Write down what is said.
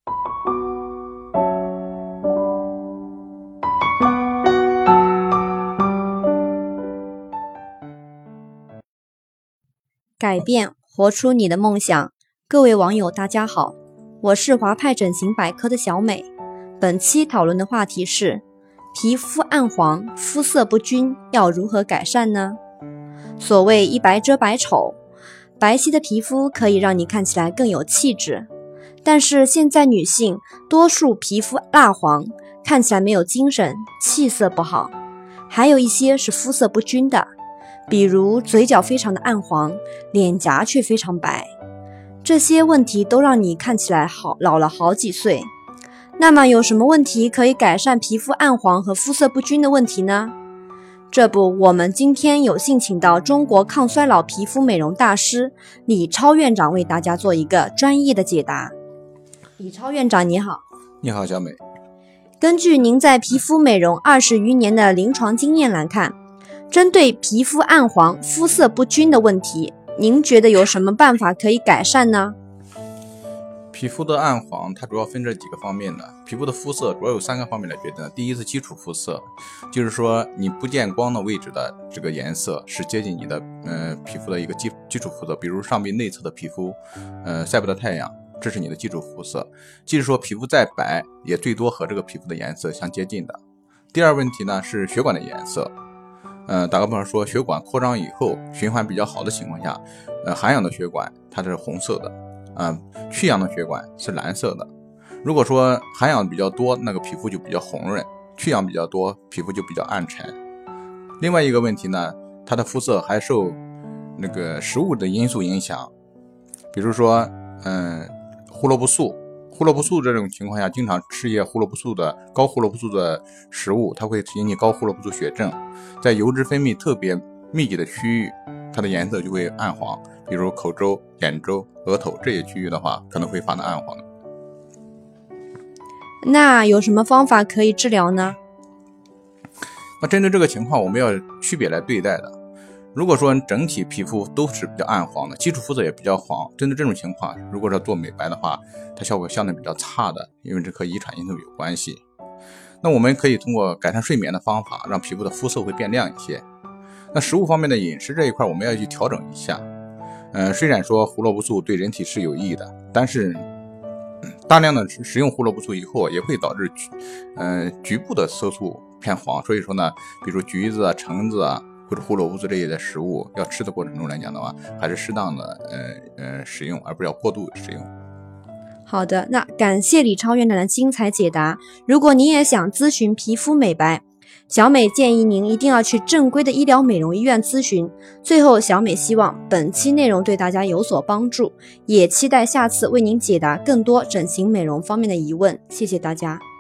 改变，活出你的梦想。各位网友大家好，我是华派整形百科的小美。本期讨论的话题是皮肤暗黄、肤色不均要如何改善呢？所谓一白遮百丑，白皙的皮肤可以让你看起来更有气质，但是现在女性多数皮肤蜡黄，看起来没有精神，气色不好。还有一些是肤色不均的，比如嘴角非常的暗黄，脸颊却非常白，这些问题都让你看起来老了好几岁。那么有什么问题可以改善皮肤暗黄和肤色不均的问题呢？这不，我们今天有幸请到中国抗衰老皮肤美容大师李超院长为大家做一个专业的解答。李超院长你好。 你好小美。 根据您在皮肤美容20余年的临床经验来看，针对皮肤暗黄、肤色不均的问题，您觉得有什么办法可以改善呢？ 皮肤的暗黄它主要分这几个方面的。皮肤的肤色主要有3个方面来决定。第一是基础肤色，就是说你不见光的位置的这个颜色是接近你的皮肤的一个基础肤色，比如上臂内侧的皮肤晒不到太阳，这是你的基础肤色。即使说皮肤再白，也最多和这个皮肤的颜色相接近的。第二问题呢是血管的颜色。打个比方说，血管扩张以后，循环比较好的情况下，含氧的血管它是红色的，去氧的血管是蓝色的。如果说含氧比较多，那个皮肤就比较红润；去氧比较多，皮肤就比较暗沉。另外一个问题呢，它的肤色还受那个食物的因素影响，比如说胡萝卜素。胡萝卜素这种情况下，经常吃一些高胡萝卜素的食物，它会引起高胡萝卜素血症。在油脂分泌特别密集的区域，它的颜色就会暗黄，比如口周、眼周、额头这些区域的话，可能会发生暗黄。 那有什么方法可以治疗呢？ 那针对这个情况，我们要区别来对待的。如果说整体皮肤都是比较暗黄的，基础肤色也比较黄，针对这种情况，如果说做美白的话，它效果相对比较差的，因为这和遗传因素有关系。那我们可以通过改善睡眠的方法，让皮肤的肤色会变亮一些。那食物方面的饮食这一块，我们要去调整一下。虽然说胡萝卜素对人体是有益的，但是大量的食用胡萝卜素以后，也会导致局部的色素偏黄。所以说呢，比如橘子啊、橙子啊，或者胡萝卜素这类的食物，要吃的过程中来讲的话，还是适当的食用，而不是要过度食用。 好的，那感谢李超院长的精彩解答。如果您也想咨询皮肤美白，小美建议您一定要去正规的医疗美容医院咨询。最后，小美希望本期内容对大家有所帮助，也期待下次为您解答更多整形美容方面的疑问。谢谢大家。